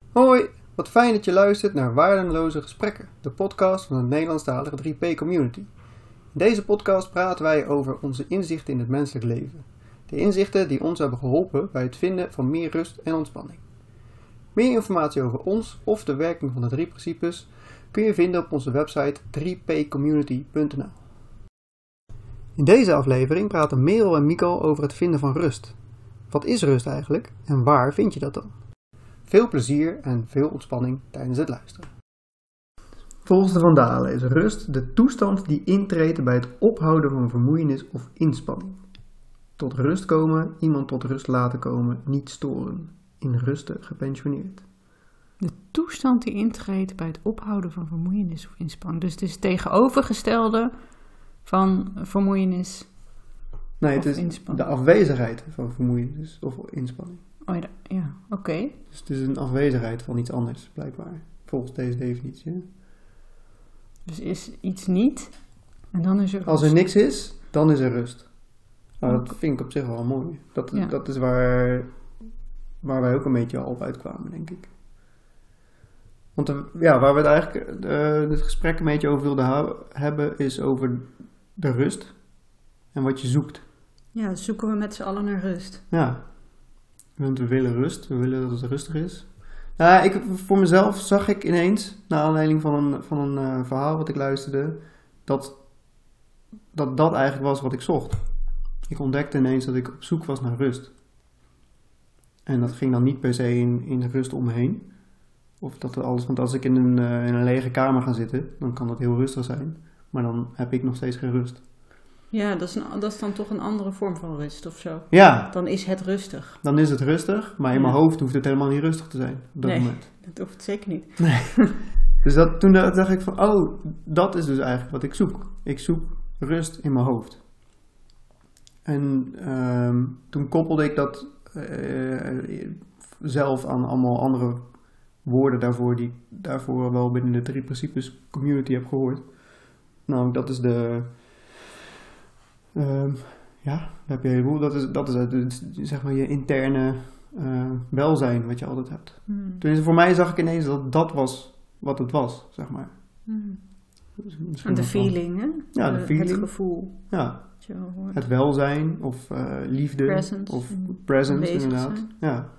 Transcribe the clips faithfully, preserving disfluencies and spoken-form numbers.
Hoi, wat fijn dat je luistert naar Waardeloze Gesprekken, de podcast van de Nederlandstalige drie P Community. In deze podcast praten wij over onze inzichten in het menselijk leven. De inzichten die ons hebben geholpen bij het vinden van meer rust en ontspanning. Meer informatie over ons of de werking van de drie principes kun je vinden op onze website drie p community punt n l. In deze aflevering praten Merel en Mico over het vinden van rust. Wat is rust eigenlijk en waar vind je dat dan? Veel plezier en veel ontspanning tijdens het luisteren. Volgens de Van Dalen is rust de toestand die intreedt bij het ophouden van vermoeienis of inspanning. Tot rust komen, iemand tot rust laten komen, niet storen. In rusten gepensioneerd. De toestand die intreedt bij het ophouden van vermoeienis of inspanning. Dus het is het tegenovergestelde van vermoeienis Nee, het of is inspanning. de afwezigheid van vermoeienis of inspanning. Oh ja, ja oké. Okay. Dus het is een afwezigheid van iets anders, blijkbaar. Volgens deze definitie. Hè? Dus is iets niet en dan is er rust. Als er niks is, dan is er rust. Nou, dat vind ik op zich wel mooi. Dat, Ja. dat is waar, waar wij ook een beetje al op uitkwamen, denk ik. Want de, ja, waar we het eigenlijk uh, het gesprek een beetje over wilden ha- hebben, is over de rust en wat je zoekt. Ja, zoeken we met z'n allen naar rust. Ja, want we willen rust, we willen dat het rustig is. Nou, ik, voor mezelf zag ik ineens, naar aanleiding van een, van een uh, verhaal wat ik luisterde, dat, dat dat eigenlijk was wat ik zocht. Ik ontdekte ineens dat ik op zoek was naar rust. En dat ging dan niet per se in, in rust om me heen. Of dat er alles, want als ik in een, uh, in een lege kamer ga zitten, dan kan dat heel rustig zijn. Maar dan heb ik nog steeds geen rust. Ja, dat is, een, dat is dan toch een andere vorm van rust of zo. Ja. Dan is het rustig. Dan is het rustig, maar in Ja. mijn hoofd hoeft het helemaal niet rustig te zijn op dat nee, moment. dat hoeft zeker niet. Nee. Dus dat, toen dacht ik van, oh, dat is dus eigenlijk wat ik zoek. Ik zoek rust in mijn hoofd. En um, toen koppelde ik dat uh, zelf aan allemaal andere woorden daarvoor, die ik daarvoor wel binnen de drie principes community heb gehoord. Nou, dat is de... Um, ja, daar heb je een heleboel. Dat is, dat is het, zeg maar je interne uh, welzijn wat je altijd hebt. Hmm. Tenminste, voor mij zag ik ineens dat dat was wat het was, zeg maar. Hmm. Dus En de feeling, hè? Ja, de de feeling. Het gevoel. Ja, Je hoort. het welzijn of uh, liefde. Presence. Of presence, Aanwezig inderdaad. zijn. Ja.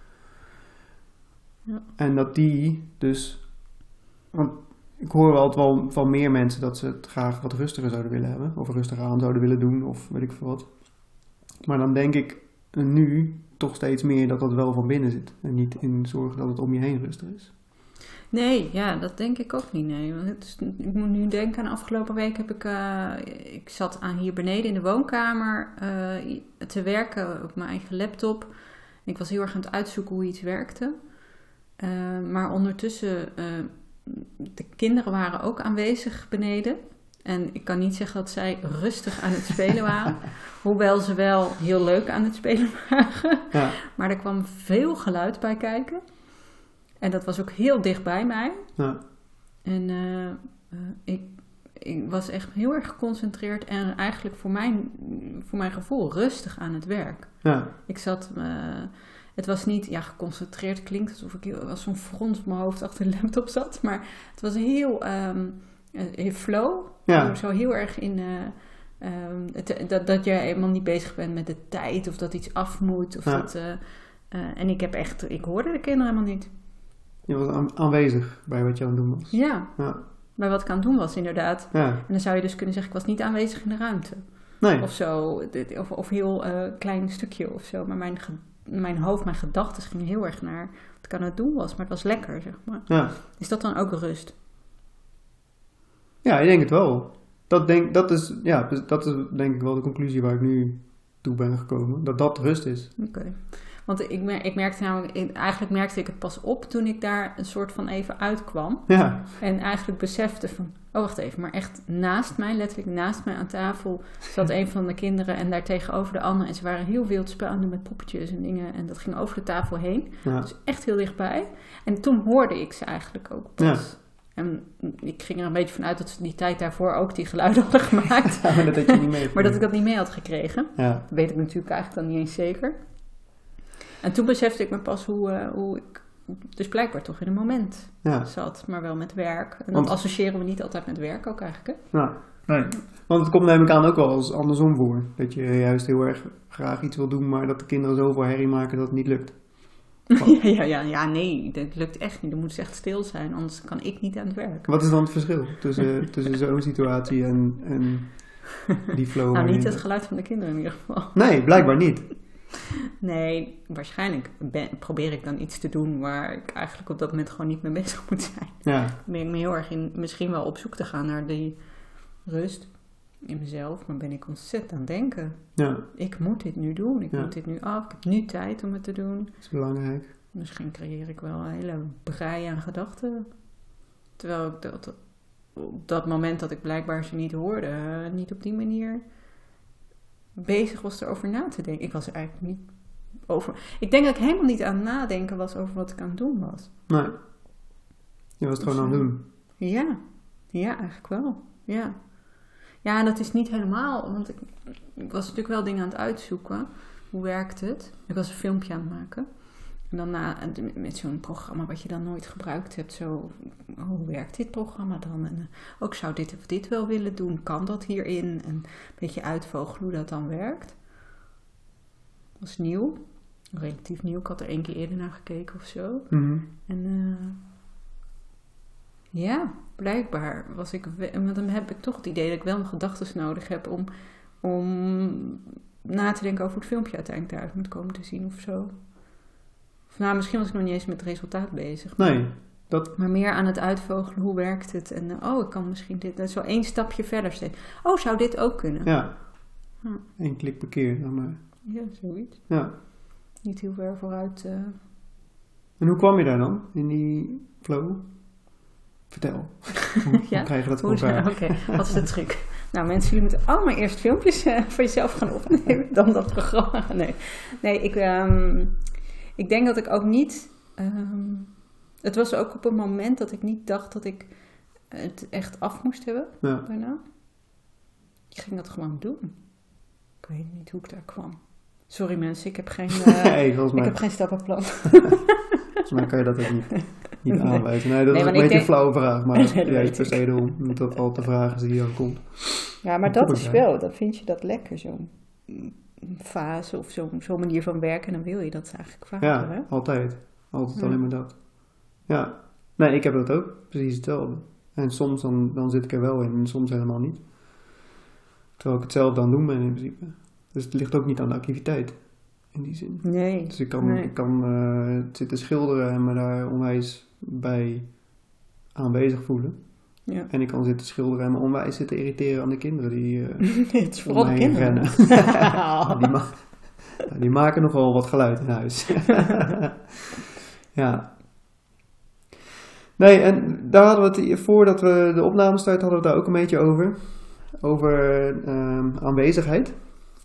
Ja. En dat die dus... Want ik hoor wel wel van meer mensen dat ze het graag wat rustiger zouden willen hebben. Of rustiger aan zouden willen doen, of weet ik veel wat. Maar dan denk ik nu toch steeds meer dat dat wel van binnen zit. En niet in zorgen dat het om je heen rustig is. Nee, ja, dat denk ik ook niet, nee. Want het is, ik moet nu denken, aan de afgelopen week heb ik... Uh, ik zat aan hier beneden in de woonkamer uh, te werken op mijn eigen laptop. Ik was heel erg aan het uitzoeken hoe iets werkte. Uh, maar ondertussen... Uh, de kinderen waren ook aanwezig beneden. En ik kan niet zeggen dat zij rustig aan het spelen waren. Hoewel ze wel heel leuk aan het spelen waren. Ja. Maar er kwam veel geluid bij kijken. En dat was ook heel dicht bij mij. Ja. En uh, uh, ik, ik was echt heel erg geconcentreerd. En eigenlijk voor mijn, voor mijn gevoel rustig aan het werk. Ja. Ik zat... Uh, Het was niet, ja, geconcentreerd klinkt alsof ik heel, als zo'n frons op mijn hoofd achter de laptop zat. Maar het was heel, um, heel flow. Ja. Zo heel erg in, uh, um, het, dat, dat je helemaal niet bezig bent met de tijd. Of dat iets af moet. Of ja. dat, uh, uh, en ik heb echt, ik hoorde de kinderen helemaal niet. Je was aan, aanwezig bij wat je aan het doen was. Ja, ja. bij wat ik aan het doen was inderdaad. Ja. En dan zou je dus kunnen zeggen, ik was niet aanwezig in de ruimte. Nee. Of zo, of, of heel uh, klein stukje of zo. Maar mijn Mijn hoofd, mijn gedachten gingen heel erg naar wat ik aan het doen was. Maar het was lekker, zeg maar. Ja. Is dat dan ook rust? Ja, ik denk het wel. Dat, denk, dat, is, ja, dat is denk ik wel de conclusie waar ik nu toe ben gekomen. Dat dat rust is. Oké. Okay. Want ik, mer- ik merkte namelijk, eigenlijk merkte ik het pas op toen ik daar een soort van even uitkwam. Ja. En eigenlijk besefte van, oh wacht even, maar echt naast mij, letterlijk naast mij aan tafel, zat een van de kinderen en daar tegenover de andere. En ze waren heel wild spelende met poppetjes en dingen. En dat ging over de tafel heen. Ja. Dus echt heel dichtbij. En toen hoorde ik ze eigenlijk ook pas. Ja. En ik ging er een beetje vanuit dat ze die tijd daarvoor ook die geluiden hadden gemaakt. Ja, maar dat had je niet mee. Maar dat ik dat niet mee had gekregen. Ja. Dat weet ik natuurlijk eigenlijk dan niet eens zeker. En toen besefte ik me pas hoe, uh, hoe ik dus blijkbaar toch in een moment ja. zat, maar wel met werk. En Want, dat associëren we niet altijd met werk ook eigenlijk, hè? Nou, nee. Want het komt neem ik aan ook wel eens andersom voor. Dat je juist heel erg graag iets wil doen, maar dat de kinderen zoveel herrie maken dat het niet lukt. ja, ja, ja, ja, nee, dat lukt echt niet. Dan moet ze echt stil zijn, anders kan ik niet aan het werk. Wat is dan het verschil tussen, tussen zo'n situatie en, en die flow? Nou, niet het geluid van de kinderen in ieder geval. Nee, blijkbaar niet. Nee, waarschijnlijk ben, probeer ik dan iets te doen waar ik eigenlijk op dat moment gewoon niet mee bezig moet zijn. Ja. Dan ben ik me heel erg in, misschien wel op zoek te gaan naar die rust in mezelf, maar ben ik ontzettend aan het denken. Ja. Ik moet dit nu doen, ik Ja. moet dit nu af, ik heb nu tijd om het te doen. Dat is belangrijk. Misschien creëer ik wel een hele brei aan gedachten. Terwijl ik dat, op dat moment dat ik blijkbaar ze niet hoorde, uh, niet op die manier bezig was erover na te denken. Ik was er eigenlijk niet over... Ik denk dat ik helemaal niet aan het nadenken was over wat ik aan het doen was. Nee. Je was het Dus, gewoon aan het doen. Ja. Ja, eigenlijk wel. Ja. Ja, en dat is niet helemaal... Want ik, ik was natuurlijk wel dingen aan het uitzoeken. Hoe werkt het? Ik was een filmpje aan het maken. En dan na, met zo'n programma wat je dan nooit gebruikt hebt. Zo, hoe werkt dit programma dan? En uh, ook zou dit of dit wel willen doen. Kan dat hierin? En een beetje uitvogelen hoe dat dan werkt. Dat was nieuw. Relatief nieuw. Ik had er één keer eerder naar gekeken of zo. Mm-hmm. En uh, ja, blijkbaar was ik... Want dan heb ik toch het idee dat ik wel nog gedachten nodig heb om, om na te denken over hoe het filmpje uiteindelijk eruit moet komen te zien of zo. Of nou, misschien was ik nog niet eens met het resultaat bezig. Maar, Nee, dat... maar meer aan het uitvogelen, hoe werkt het? En uh, oh, ik kan misschien dit... Uh, zo één stapje verder steeds. Oh, zou dit ook kunnen? Ja. Hm. Eén klik per keer dan maar. Ja, zoiets. Ja. Niet heel ver vooruit. Uh... En hoe kwam je daar dan? In die flow? Vertel. Hoe, ja? hoe krijg je dat voor Hoe, elkaar? Oké, okay. Wat is de truc? Nou mensen, jullie moeten allemaal eerst filmpjes uh, voor jezelf gaan opnemen. Dan dat programma. Nee, nee ik, um, ik denk dat ik ook niet... Um, het was ook op een moment dat ik niet dacht dat ik het echt af moest hebben. Ja. Daarna. Ik ging dat gewoon doen. Ik weet niet hoe ik daar kwam. Sorry mensen, ik heb geen, uh, hey, ik mij... heb geen stappenplan. Volgens mij kan je dat ook niet, niet Nee. aanwijzen. Nee, dat Nee, is een want beetje ik een flauwe vraag, maar Nee, dat jij weet per ik. se erom, omdat dat al te vragen is die dan komt. Ja, maar Dat dat is is wel. wel, dan vind je dat lekker, zo'n fase of zo'n zo'n manier van werken. En dan wil je dat eigenlijk vaker, Ja, hè? altijd. Altijd Ja. alleen maar dat. Ja. Nee, ik heb dat ook. Precies hetzelfde. En soms dan, dan zit ik er wel in en soms helemaal niet. Terwijl ik het zelf dan doen ben in principe. Dus het ligt ook niet aan de activiteit. In die zin. Nee. Dus ik kan, nee. ik kan uh, zitten schilderen en me daar onwijs bij aanwezig voelen. Ja. En ik kan zitten schilderen en me onwijs zitten irriteren aan de kinderen die uh, Nee, het is vooral om de mij heen kinderen. rennen. die, ma- die maken nogal wat geluid in huis. Ja. Nee, en daar hadden we het, voordat we de opname starten, hadden we het daar ook een beetje over. Over um, aanwezigheid.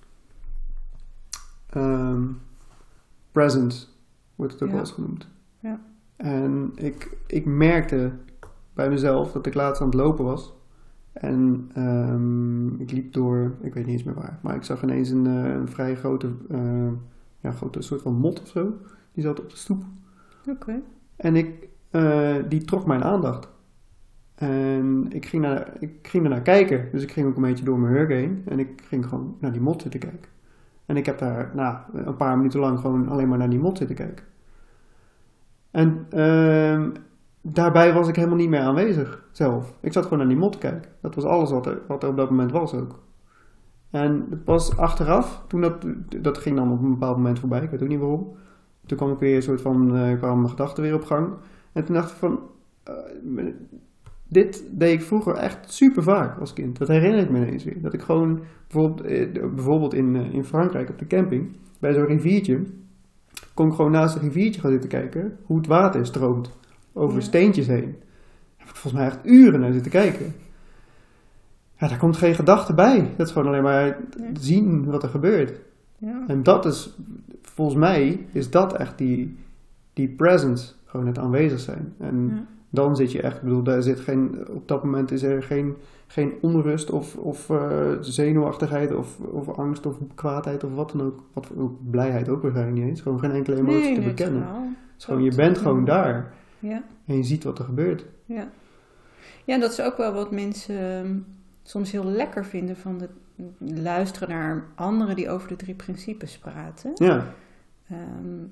Um, presence wordt het ook Ja. wel eens genoemd. Ja. En ik, ik merkte bij mezelf dat ik laatst aan het lopen was. En um, ik liep door, ik weet niet eens meer waar, maar ik zag ineens een, uh, een vrij grote, uh, ja, grote soort van mot of zo. Die zat op de stoep. Oké. Okay. En ik, uh, die trok mijn aandacht. En ik ging, naar, ik ging ernaar kijken. Dus ik ging ook een beetje door mijn hurk heen. En ik ging gewoon naar die mot zitten kijken. En ik heb daar nou, een paar minuten lang gewoon alleen maar naar die mot zitten kijken. En uh, daarbij was ik helemaal niet meer aanwezig zelf. Ik zat gewoon naar die mot te kijken. Dat was alles wat er, wat er op dat moment was ook. En pas achteraf, toen dat, dat ging dan op een bepaald moment voorbij. Ik weet ook niet waarom. Toen kwam ik weer een soort van, uh, kwamen mijn gedachten weer op gang. En toen dacht ik van, uh, dit deed ik vroeger echt super vaak als kind. Dat herinner ik me ineens weer. Dat ik gewoon, bijvoorbeeld, uh, bijvoorbeeld in, uh, in Frankrijk op de camping, bij zo'n riviertje, kon ik gewoon naast het riviertje gaan zitten kijken hoe het water stroomt over ja. steentjes heen. Daar heb ik volgens mij echt uren naar zitten kijken. Ja, daar komt geen gedachte bij. Dat is gewoon alleen maar nee. zien wat er gebeurt. Ja. En dat is, volgens mij, is dat echt die, die presence, gewoon het aanwezig zijn. En ja. dan zit je echt, ik bedoel, daar zit geen, op dat moment is er geen, geen onrust of, of uh, zenuwachtigheid of, of angst of kwaadheid of wat dan ook. Wat, ook blijheid ook waarschijnlijk niet eens. Gewoon geen enkele emotie nee, te bekennen. Wel. is gewoon, je bent gewoon daar. Ja. En je ziet wat er gebeurt. Ja. Ja, dat is ook wel wat mensen um, soms heel lekker vinden van de, luisteren naar anderen die over de drie principes praten. Ja. Um,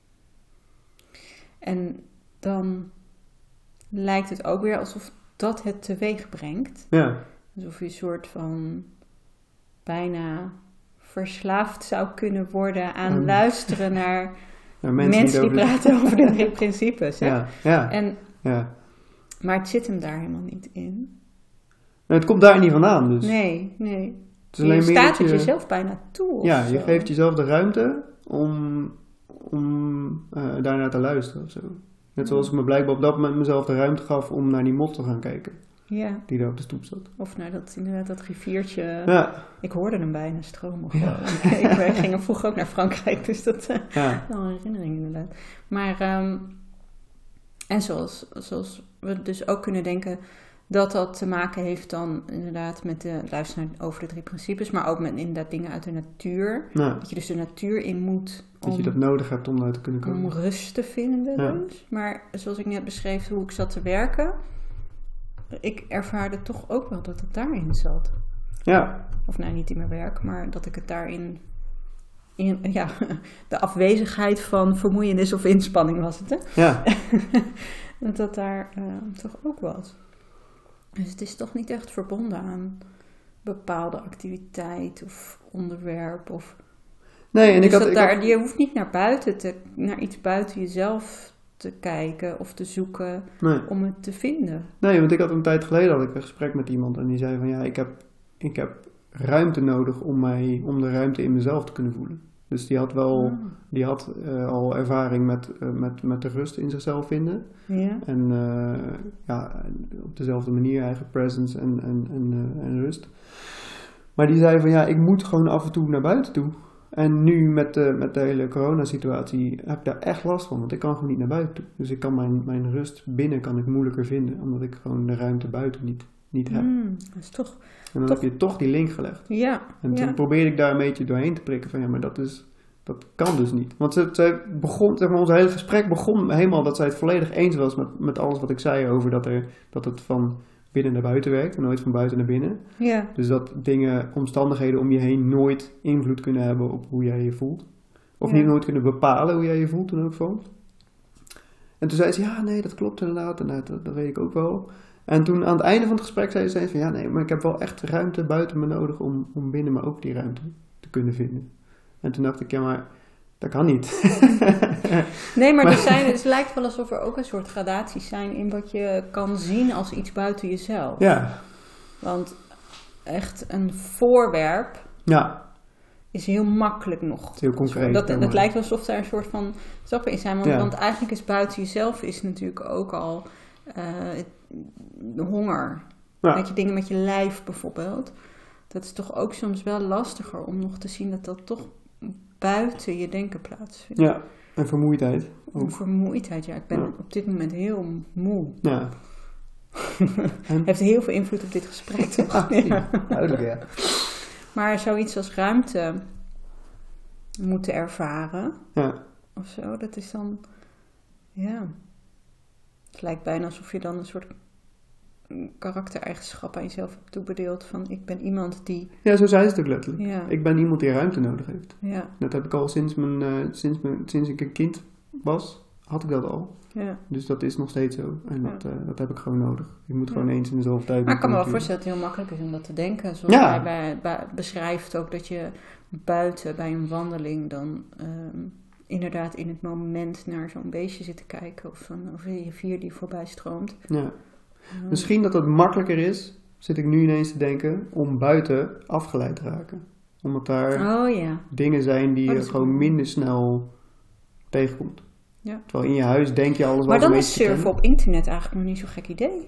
en dan lijkt het ook weer alsof dat het teweeg brengt. Ja. Alsof je een soort van bijna verslaafd zou kunnen worden aan um, luisteren naar nou, mensen, mensen die, die praten over de drie principes. Hè? Ja, ja, en, ja. Maar het zit hem daar helemaal niet in. Nou, het komt daar niet vandaan dus. Nee, nee. Het is alleen je meer staat je, het jezelf bijna toe. Ja, je zo. geeft jezelf de ruimte om, om uh, daarnaar te luisteren of zo. Net zoals ik me blijkbaar op dat moment mezelf de ruimte gaf om naar die mot te gaan kijken. Ja. Die daar op de stoep zat. Of naar dat, inderdaad, dat riviertje. Ja. Ik hoorde hem bijna stromen. Ja. Ik ging vroeger ook naar Frankrijk, dus dat is ja. wel een herinnering inderdaad. Maar, um, en zoals, zoals we dus ook kunnen denken dat dat te maken heeft dan inderdaad met de luisteren over de drie principes, maar ook met inderdaad dingen uit de natuur. Ja. Dat je dus de natuur in moet. Dat om, je dat nodig hebt om daar te kunnen komen. Om rust te vinden Ja. dus. Maar zoals ik net beschreef hoe ik zat te werken, ik ervaarde toch ook wel dat het daarin zat. Ja. Of nou, niet in mijn werk, maar dat ik het daarin, in, ja, de afwezigheid van vermoeienis of inspanning was het, hè? Ja. dat dat daar uh, toch ook was. Dus het is toch niet echt verbonden aan bepaalde activiteit of onderwerp. Of, nee, en dus ik had, dat ik daar, had... je hoeft niet naar buiten te, naar iets buiten jezelf te kijken of te zoeken nee. om het te vinden. Nee, want ik had een tijd geleden had ik een gesprek met iemand en die zei van ja, ik heb, ik heb ruimte nodig om, mij, om de ruimte in mezelf te kunnen voelen. Dus die had wel, oh. die had uh, al ervaring met, uh, met, met de rust in zichzelf vinden. Ja. En uh, ja, op dezelfde manier eigen presence en, en, en, uh, en rust. Maar die zei van ja, ik moet gewoon af en toe naar buiten toe. En nu met de, met de hele coronasituatie heb ik daar echt last van, want ik kan gewoon niet naar buiten toe. Dus ik kan mijn, mijn rust binnen kan ik moeilijker vinden, omdat ik gewoon de ruimte buiten niet, niet heb. Mm, dat is toch... En dan toch, heb je toch die link gelegd. Ja. En toen ja. probeerde ik daar een beetje doorheen te prikken van ja, maar dat is, dat kan dus niet. Want ze, zij begon, zeg maar, ons hele gesprek begon helemaal dat zij het volledig eens was met, met alles wat ik zei over dat, er, dat het van binnen naar buiten werkt en nooit van buiten naar binnen. Ja. Dus dat dingen, omstandigheden om je heen nooit invloed kunnen hebben op hoe jij je voelt. Of ja. niet nooit kunnen bepalen hoe jij je voelt in elk geval. En toen zei ze, ja nee, dat klopt inderdaad, en dat, dat weet ik ook wel. En toen aan het einde van het gesprek zei ze van ja nee, maar ik heb wel echt ruimte buiten me nodig om, om binnen me ook die ruimte te kunnen vinden. En toen dacht ik, ja maar dat kan niet. Nee, maar, maar er zijn, het lijkt wel alsof er ook een soort gradaties zijn in wat je kan zien als iets buiten jezelf. Ja. Want echt een voorwerp ja. is heel makkelijk nog. Het is heel concreet. Dat, dat lijkt wel alsof er een soort van stappen in zijn. Want, ja. want eigenlijk is buiten jezelf is natuurlijk ook al uh, de honger. Ja. Dat je dingen met je lijf bijvoorbeeld. Dat is toch ook soms wel lastiger om nog te zien dat dat toch buiten je denken plaatsvindt. Ja, en vermoeidheid. Ook. Vermoeidheid, ja. Ik ben ja. op dit moment heel moe. Ja. En? Heeft heel veel invloed op dit gesprek, toch? Ja, ja. Duidelijk, ja. Maar zoiets als ruimte moeten ervaren. Ja. Of zo, dat is dan... Ja. Het lijkt bijna alsof je dan een soort karaktereigenschap aan jezelf hebt toebedeeld. Van, ik ben iemand die... Ja, zo zei ze het ook letterlijk. Ja. Ik ben iemand die ruimte nodig heeft. Ja. Dat heb ik al sinds, mijn, uh, sinds, mijn, sinds ik een kind was, had ik dat al. Ja. Dus dat is nog steeds zo. En ja. dat, uh, dat heb ik gewoon nodig. Ik moet ja. gewoon eens in de zoveel tijd... Maar ik kan me wel voorstellen dat het heel makkelijk is om dat te denken. Zoals ja. hij bij, bij, beschrijft ook dat je buiten bij een wandeling dan... Um, inderdaad in het moment naar zo'n beestje zit te kijken. Of een rivier die voorbij stroomt. Ja. Ja. Misschien dat het makkelijker is, zit ik nu ineens te denken, om buiten afgeleid te raken. Omdat daar oh, ja. dingen zijn die oh, je gewoon minder snel tegenkomt. Ja. Terwijl in je huis denk je alles maar wel dan is surfen op internet eigenlijk nog niet zo'n gek idee.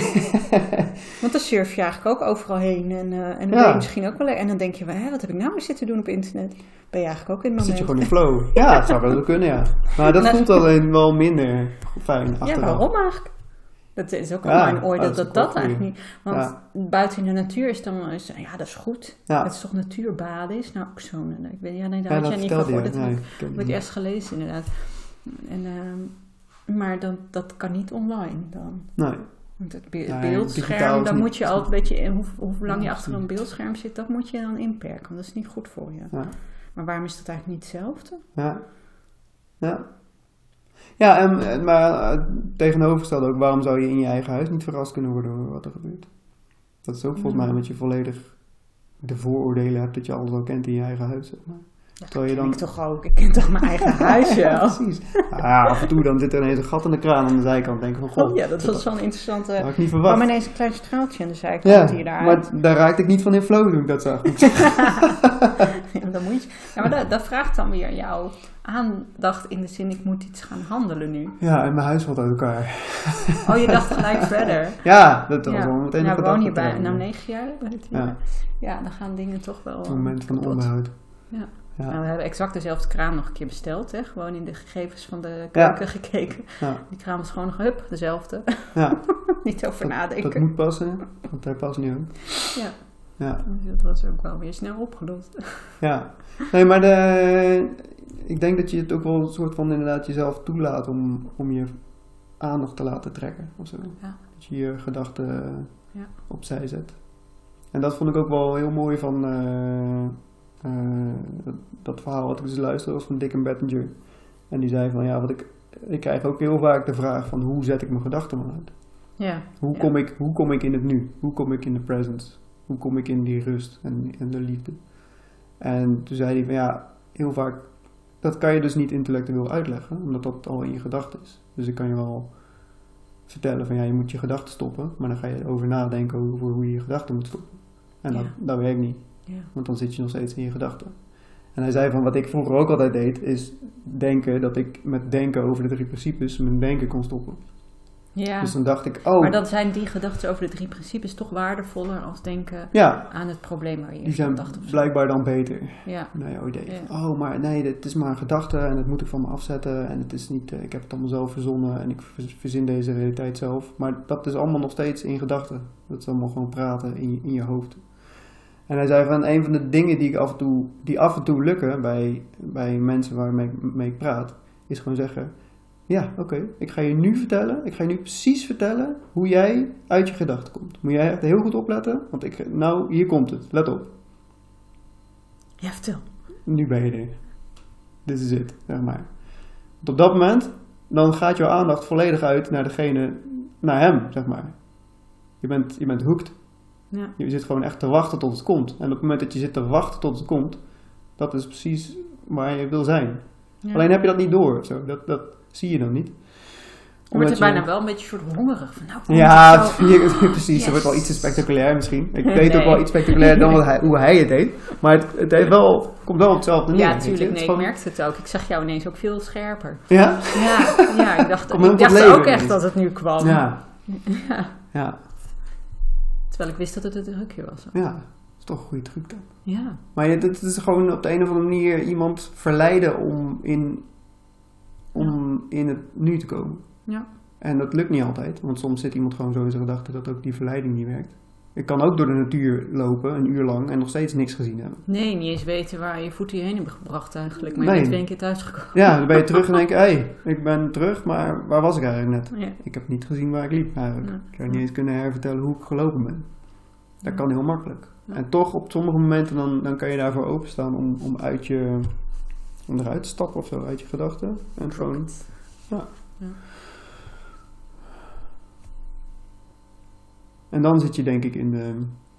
Want dan surf je eigenlijk ook overal heen. En, uh, en dan ja. ben je misschien ook wel... En dan denk je, hè, wat heb ik nou weer zitten doen op internet? Ben je eigenlijk ook in het moment. Zit je gewoon in flow. Ja, dat zou wel kunnen, ja. Maar dat nou, voelt alleen wel minder fijn achteraf. Ja, waarom eigenlijk? Dat is ook al ja, mijn oordeel dat dat, dat eigenlijk niet... Want ja. buiten in de natuur is dan... Is, ja, dat is goed. Ja. Het is toch natuurbaden is nou ook zo'n... Ik weet, ja, nee, daar ja, had jij niet van gehoord. Dat heb ik eerst gelezen inderdaad. En, uh, maar dan, dat kan niet online dan. Nee. Want het be- nee, beeldscherm, dan niet, moet je al een beetje, hoe, hoe lang je ja, achter een beeldscherm zit, dat moet je dan inperken. Want dat is niet goed voor je. Ja. Maar waarom is dat eigenlijk niet hetzelfde? Ja. Ja. Ja, en, maar uh, tegenovergesteld ook, waarom zou je in je eigen huis niet verrast kunnen worden door wat er gebeurt? Dat is ook volgens mij omdat je volledig de vooroordelen hebt dat je alles al kent in je eigen huis, zeg maar. Ja, Terwijl dat je dan... ik toch ook. Ik ken toch mijn eigen huisje ja, al. precies. Ja, af en toe dan zit er ineens een gat in de kraan aan de zijkant. Denk ik van, goh, Oh ja, dat was zo'n interessante... dat had ik niet verwacht. kwam ineens een klein straaltje aan de zijkant Ja, hier daar. maar daar raakte ik niet van in flow toen ik dat zag. Ja, dan moet je... ja, maar dat, dat vraagt dan weer jouw aandacht in de zin, ik moet iets gaan handelen nu. Ja, en mijn huis valt uit elkaar. Oh, je dacht gelijk verder. Ja, dat was Ja. wel meteen Nou, een woon je gedachte. bij, nou negen jaar bij het Ja. ja. ja, dan gaan dingen toch wel... Een moment van kapot. onderhoud. Ja. Ja. Nou, we hebben exact dezelfde kraan nog een keer besteld, hè. Gewoon in de gegevens van de keuken Ja. gekeken. Ja. Die kraan was gewoon nog, hup, dezelfde. Ja. Niet over Dat, nadenken. dat moet passen, want hij past nu ook. Ja, Ja. dat was ook wel weer snel opgelost. Ja. Nee, maar de, ik denk dat je het ook wel een soort van inderdaad jezelf toelaat om, om je aandacht te laten trekken. Of zo. Ja. Dat je je gedachten Ja. opzij zet. En dat vond ik ook wel heel mooi van uh, uh, dat, dat verhaal wat ik dus luisterde was van Dick Bettinger. En die zei van ja, wat ik, ik krijg ook heel vaak de vraag van hoe zet ik mijn gedachten maar uit? Ja. Hoe, Ja. kom ik, hoe kom ik in het nu? Hoe kom ik in de presence? Hoe kom ik in die rust en, en de liefde? En toen zei hij van ja, heel vaak, dat kan je dus niet intellectueel uitleggen, omdat dat al in je gedachten is. Dus ik kan je wel vertellen van ja, je moet je gedachten stoppen, maar dan ga je over nadenken over hoe je je gedachten moet stoppen. En Ja. dat, dat werkt niet, Ja. want dan zit je nog steeds in je gedachten. En hij zei van wat ik vroeger ook altijd deed, is denken dat ik met denken over de drie principes mijn denken kon stoppen. Ja. Dus dan dacht ik, oh, Maar dan zijn die gedachten over de drie principes toch waardevoller als denken ja, aan het probleem waar je die eerst zijn aan dacht. Of zo. blijkbaar dan beter. Ja. Nou jouw idee. Ja. Van, oh, maar nee, het is maar een gedachte en dat moet ik van me afzetten. En het is niet, uh, ik heb het allemaal zelf verzonnen en ik verzin deze realiteit zelf. Maar dat is allemaal nog steeds in gedachten. Dat is allemaal gewoon praten in je, in je hoofd. En hij zei van een van de dingen die, ik af, en toe, die af en toe lukken bij, bij mensen waarmee mee ik praat, is gewoon zeggen, ja, oké, okay, ik ga je nu vertellen, ik ga je nu precies vertellen hoe jij uit je gedachten komt. Moet jij echt heel goed opletten, want ik, nou, hier komt het, let op. Ja, vertel. Nu ben je er. Dit is het, zeg maar. Want op dat moment, dan gaat jouw aandacht volledig uit naar degene, naar hem, zeg maar. Je bent, je bent hooked. Ja. Je zit gewoon echt te wachten tot het komt. En op het moment dat je zit te wachten tot het komt, dat is precies waar je wil zijn. Ja. Alleen heb je dat niet door of zo. Dat, dat zie je dan niet. Je wordt er je... bijna wel een beetje soort hongerig van. Nou, komt Ja, het zo. je, precies. Yes. Het wordt wel iets te spectaculair misschien. Ik Nee. deed ook wel iets spectaculair dan wat hij, hoe hij het deed. Maar het, het heeft wel, komt wel op hetzelfde neer. Ja, weet je. tuurlijk. Het is Nee, gewoon- ik merkte het ook. Ik zag jou ineens ook veel scherper. Ja? Ja, ja ik dacht, Kom heel ik tot dacht leven ook echt ineens. dat het nu kwam. Ja. Ja. Ja. Terwijl ik wist dat het een drukje was. Ja. Dat is toch een goede truc dan. Ja. Maar je, het is gewoon op de een of andere manier iemand verleiden om in, om in het nu te komen. Ja. En dat lukt niet altijd, want soms zit iemand gewoon zo in zijn gedachten dat ook die verleiding niet werkt. Ik kan ook door de natuur lopen, een uur lang, en nog steeds niks gezien hebben. Nee, niet eens weten waar je voeten je heen hebben gebracht eigenlijk. Maar Nee. je bent weer een keer thuisgekomen. Ja, dan ben je terug en denk je, hé, hey, ik ben terug, maar waar was ik eigenlijk net? Ja. Ik heb niet gezien waar ik liep eigenlijk. Ja. Ik heb niet eens kunnen hervertellen hoe ik gelopen ben. Dat Ja. kan heel makkelijk. Ja. En toch, op sommige momenten, dan, dan kan je daarvoor openstaan om, om uit je, om eruit te stappen of zo, uit je gedachten. En gewoon, ja. Ja. En dan zit je denk ik in de,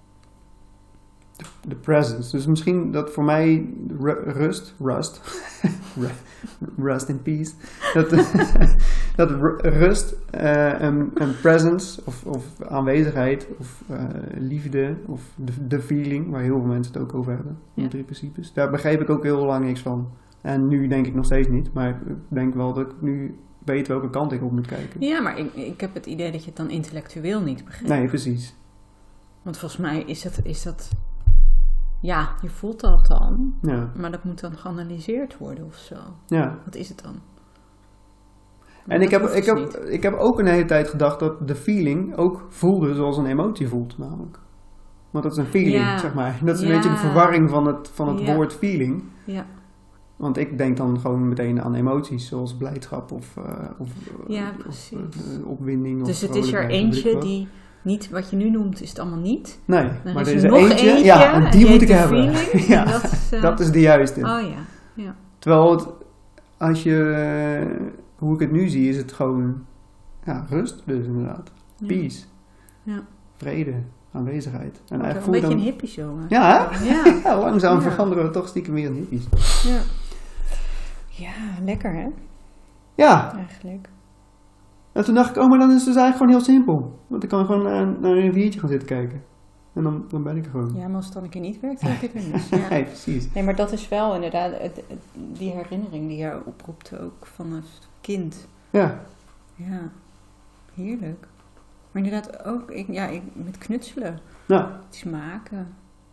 de presence. Dus misschien dat voor mij ru- rust, rust, rust in peace, dat, dat ru- rust uh, en, en presence of, of aanwezigheid of uh, liefde of de, de feeling, waar heel veel mensen het ook over hebben, Ja. de drie principes. Daar begreep ik ook heel lang niks van. En nu denk ik nog steeds niet, maar ik denk wel dat ik nu weet welke kant ik op moet kijken. Ja, maar ik, ik heb het idee dat je het dan intellectueel niet begrijpt. Nee, precies. Want volgens mij is dat, is dat... Ja, je voelt dat dan. Ja, Maar dat moet dan geanalyseerd worden of zo. ja. Wat is het dan? Maar En dat ik heb, hoeft ik, dus heb, niet. ik heb ook een hele tijd gedacht dat de feeling ook voelde zoals een emotie voelt, namelijk. Want dat is een feeling, Ja. zeg maar. Dat is een Ja. beetje de verwarring van het, van het Ja. woord feeling. Ja. Want ik denk dan gewoon meteen aan emoties, zoals blijdschap of, uh, of, ja, of, precies. of uh, opwinding. Dus of het is er vrolijkheid, eentje die niet, wat je nu noemt, is het allemaal niet. Nee, dan maar is er er is er nog eentje, eentje, ja, en die en moet ik heet hebben. feeling, ja, dat is, uh, dat is de juiste. Oh ja, ja. Terwijl het, als je, uh, hoe ik het nu zie, is het gewoon ja, rust dus inderdaad. Ja. Peace. Ja. Vrede. Aanwezigheid. En een voel beetje dan... een hippie zo. Hè? Ja, hè? Ja. ja, langzaam Ja. veranderen we toch stiekem weer in hippies. Ja. Ja, lekker hè? Ja. Eigenlijk. En toen dacht ik, oh, maar dan is het dus eigenlijk gewoon heel simpel. Want ik kan gewoon naar, naar een riviertje gaan zitten kijken. En dan, dan ben ik er gewoon. Ja, maar als het dan een keer niet werkt, dan heb je het mis. Ja. Nee, precies. Nee, maar dat is wel inderdaad het, het, die herinnering die jij oproept ook van het kind. Ja. Ja, heerlijk. Maar inderdaad ook, ik, ja, ik, met knutselen. Ja. Iets maken.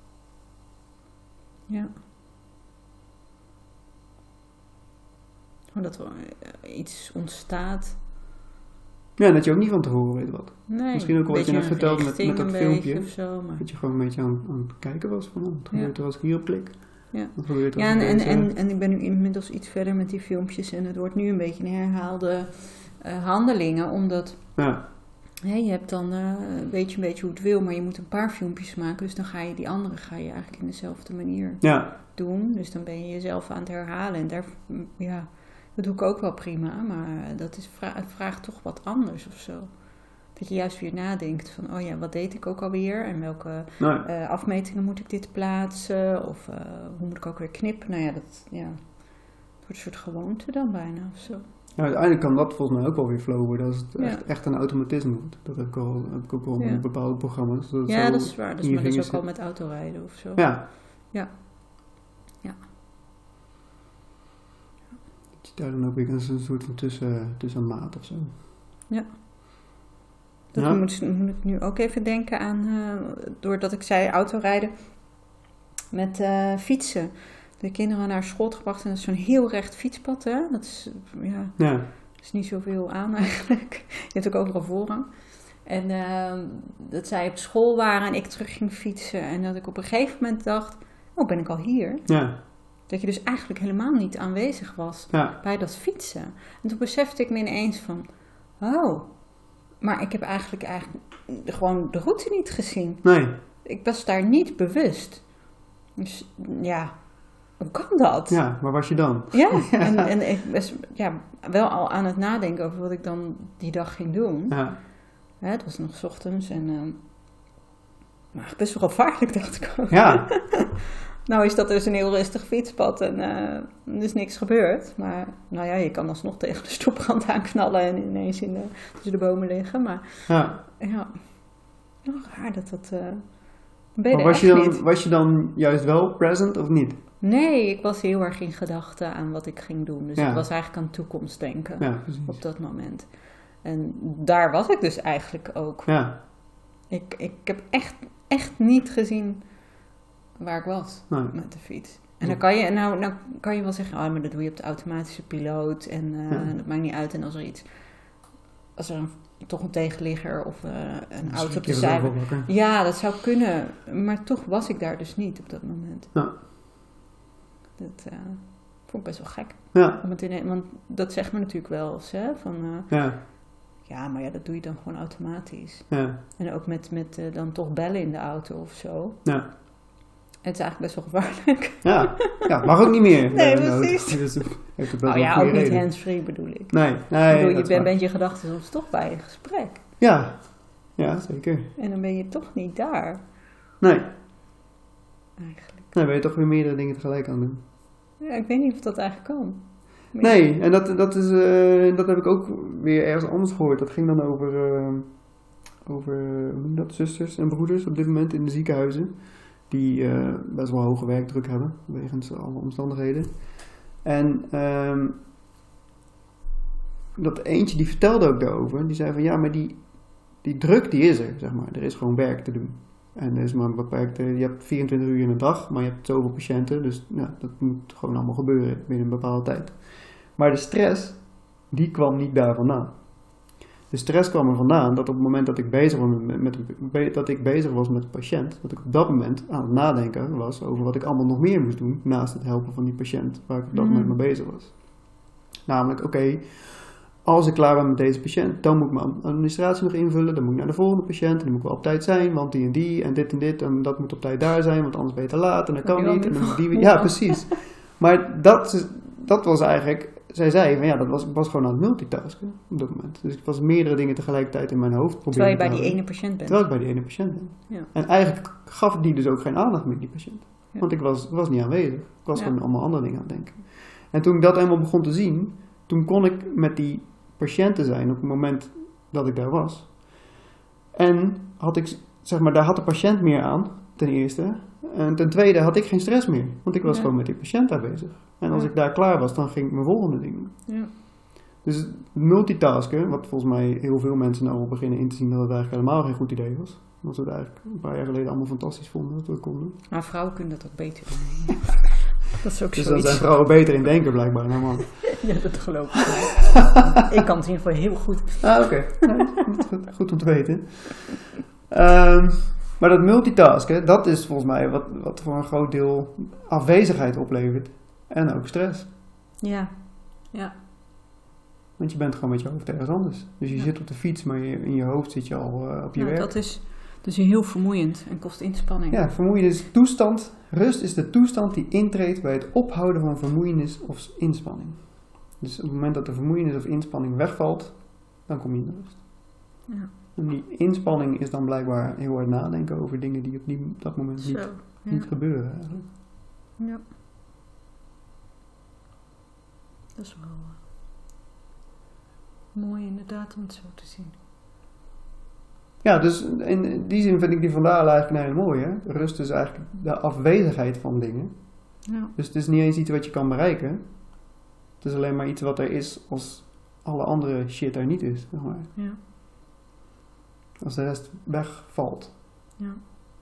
Ja. Gewoon dat er uh, iets ontstaat. Ja, dat je ook niet van tevoren weet wat. Nee, Misschien ook al wat je net vertelde met, met dat filmpje. Of zo, maar... Dat je gewoon een beetje aan, aan het kijken was van, wat gebeurt er als ik hierop klik? Ja, wat gebeurt er ja als en, ik en, deze... en, en ik ben nu inmiddels iets verder met die filmpjes en het wordt nu een beetje een herhaalde uh, handelingen, omdat Ja. hè, je hebt dan, uh, weet je een beetje hoe het wil, maar je moet een paar filmpjes maken, dus dan ga je die andere ga je eigenlijk in dezelfde manier Ja. doen. Dus dan ben je jezelf aan het herhalen en daar, ja, dat doe ik ook wel prima, maar dat is vra- het vraagt toch wat anders of zo. Dat je juist weer nadenkt van, oh ja, wat deed ik ook alweer? En welke Nee. uh, afmetingen moet ik dit plaatsen? Of uh, hoe moet ik ook weer knippen? Nou ja, dat ja, het wordt een soort gewoonte dan bijna of zo. Ja, uiteindelijk kan dat volgens mij ook wel weer flow worden als het Ja. echt, echt een automatisme wordt. Dat heb ik, al, heb ik ook wel Ja. met bepaalde programma's. Dat het Ja, zo dat is waar. Dus, in je maar dat is vingers ook al zit. met autorijden of zo. Ja. Ja. Ja. Dat je daar dan ook weer een soort van tussen, tussenmaat of zo. Ja. Dat Ja. moet, moet ik nu ook even denken aan, uh, doordat ik zei autorijden, met uh, fietsen. De kinderen naar school gebracht en dat is zo'n heel recht fietspad, hè. Dat is, ja, Ja. is niet zoveel aan eigenlijk. Je hebt ook overal voorrang. En uh, dat zij op school waren en ik terug ging fietsen. En dat ik op een gegeven moment dacht, oh, ben ik al hier? Ja. Dat je dus eigenlijk helemaal niet aanwezig was Ja. bij dat fietsen. En toen besefte ik me ineens van, oh, maar ik heb eigenlijk, eigenlijk gewoon de route niet gezien. Nee. Ik was daar niet bewust. Dus ja, hoe kan dat? Ja, waar was je dan? Ja, en, en ik was ja, wel al aan het nadenken over wat ik dan die dag ging doen. Ja. Ja, het was nog 's ochtends en uh, maar best wel gevaarlijk, dacht ik ook. Ja. Nou is dat dus een heel rustig fietspad en uh, er is niks gebeurd. Maar nou ja, je kan alsnog tegen de stoeprand aanknallen en ineens in de, tussen de bomen liggen. Maar Ja. ja, wel raar dat dat... Uh, ben je Maar er was je, echt dan, niet? was je dan juist wel present of niet? Nee, ik was heel erg in gedachten aan wat ik ging doen. Dus Ja. ik was eigenlijk aan de toekomst denken Ja, precies. op dat moment. En daar was ik dus eigenlijk ook. Ja. Ik, ik heb echt, echt niet gezien waar ik was Nee. met de fiets. En dan kan je, nou, nou kan je wel zeggen, oh, maar dat doe je op de automatische piloot en uh, Ja. dat maakt niet uit. En als er iets, als er een, toch een tegenligger of uh, een Dan auto schrik op je de er zelf zijde. wel wakker. Ja, dat zou kunnen. Maar toch was ik daar dus niet op dat moment. Ja. Dat uh, vond ik best wel gek. Ja. Want, in, want dat zegt me natuurlijk wel eens, hè, van uh, Ja. ja, maar ja, dat doe je dan gewoon automatisch. Ja. En ook met, met uh, dan toch bellen in de auto of zo. Ja. Het is eigenlijk best wel gevaarlijk. Ja. Ja, mag ook niet meer. Nee, Nou, precies. Dus heeft het best Nou wel ja, goede ook niet reden. hands-free bedoel ik. Nee, nee. ik bedoel, je dat is bent, waar. bent je gedachten soms toch bij een gesprek. Ja. Ja, zeker. En dan ben je toch niet daar, Nee. eigenlijk. Nee, ben je toch weer meerdere dingen tegelijk aan het doen. Ja, ik weet niet of dat eigenlijk kan. Maar Nee, en dat, dat, is, uh, dat heb ik ook weer ergens anders gehoord. Dat ging dan over, uh, over hoe noem je dat, zusters en broeders op dit moment in de ziekenhuizen. Die uh, best wel hoge werkdruk hebben, wegens alle omstandigheden. En um, dat eentje die vertelde ook daarover. Die zei van ja, maar die, die druk die is er, zeg maar. Er is gewoon werk te doen. En er is maar een beperkte, je hebt vierentwintig uur in een dag, maar je hebt zoveel patiënten. Dus ja, dat moet gewoon allemaal gebeuren binnen een bepaalde tijd. Maar de stress, die kwam niet daar vandaan. De stress kwam er vandaan dat op het moment dat ik bezig was met, met, met, dat ik bezig was met de patiënt, dat ik op dat moment aan het nadenken was over wat ik allemaal nog meer moest doen naast het helpen van die patiënt waar ik op dat Mhm. moment mee bezig was. Namelijk, oké, okay, als ik klaar ben met deze patiënt, dan moet ik mijn administratie nog invullen, dan moet ik naar de volgende patiënt en dan moet ik wel op tijd zijn, want die en die en dit en dit en dat moet op tijd daar zijn, want anders ben je te laat en dat kan niet. En dan moet die, ja, precies. Maar dat, dat was eigenlijk, zij zei van ja, dat was, ik was gewoon aan het multitasken op dat moment. Dus ik was meerdere dingen tegelijkertijd in mijn hoofd proberen Terwijl je bij te die houden. ene patiënt bent. Terwijl ik bij die ene patiënt ben. Ja. En eigenlijk gaf die dus ook geen aandacht meer, die patiënt. Ja. Want ik was, was niet aanwezig. Ik was Ja. gewoon allemaal andere dingen aan het denken. En toen ik dat eenmaal begon te zien, toen kon ik met die patiënten zijn op het moment dat ik daar was. En had ik, zeg maar, daar had de patiënt meer aan, ten eerste. En ten tweede had ik geen stress meer, want ik was Ja. gewoon met die patiënt daar bezig. En als Ja. ik daar klaar was, dan ging ik mijn volgende ding doen. Ja. Dus multitasken, wat volgens mij heel veel mensen nou al beginnen in te zien dat het eigenlijk helemaal geen goed idee was. Dat we het eigenlijk een paar jaar geleden allemaal fantastisch vonden dat we het konden. Maar vrouwen kunnen dat ook beter doen. Dat is ook Dus dan zoiets. zijn vrouwen beter in denken blijkbaar dan mannen. Ja, dat geloof ik wel. Ik kan het in ieder geval heel goed. Ah, oké. Okay. goed, goed om te weten. Um, maar dat multitasken, dat is volgens mij wat, wat voor een groot deel afwezigheid oplevert. En ook stress. Ja, ja. Want je bent gewoon met je hoofd ergens anders. Dus je Ja. zit op de fiets, maar je, in je hoofd zit je al uh, op je Nou, werk. dat is dus heel vermoeiend en kost inspanning. Ja, vermoeienis toestand. Rust is de toestand die intreedt bij het ophouden van vermoeienis of inspanning. Dus op het moment dat de vermoeienis of inspanning wegvalt, dan kom je in de rust. Ja. En die inspanning is dan blijkbaar heel hard nadenken over dingen die op die, dat moment Zo, niet, ja. niet gebeuren eigenlijk. Ja. Dat is wel uh, mooi inderdaad om het zo te zien. Ja, dus in die zin vind ik die vandaar eigenlijk een hele mooie. Rust is eigenlijk de afwezigheid van dingen. Ja. Dus het is niet eens iets wat je kan bereiken. Het is alleen maar iets wat er is als alle andere shit er niet is. Zeg maar. Ja. Als de rest wegvalt. Ja.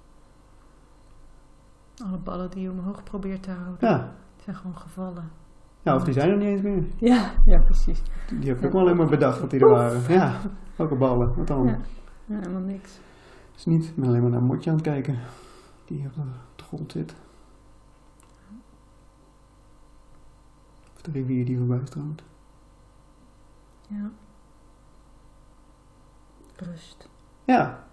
Alle ballen die je omhoog probeert te houden, Ja. zijn gewoon gevallen. Ja, of die zijn er niet eens meer. Ja, ja precies. Die heb ik ook wel alleen maar bedacht dat die er waren. Ja, ook ballen. Wat dan? Ja. Ja, helemaal niks. Is niet. Ik ben alleen maar naar een motje aan het kijken. Die op de, op de grond zit. Of de rivier die voorbij stroomt. Ja. Rust. Ja.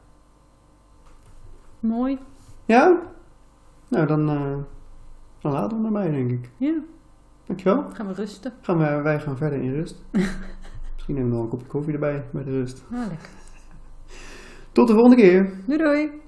Mooi. Ja? Nou, dan, uh, dan laten we hem erbij, denk ik. Ja. Dankjewel. Gaan we rusten. Gaan wij, wij gaan verder in rust. Misschien nemen we nog een kopje koffie erbij bij de rust. Ah, lekker. Tot de volgende keer. Doei doei.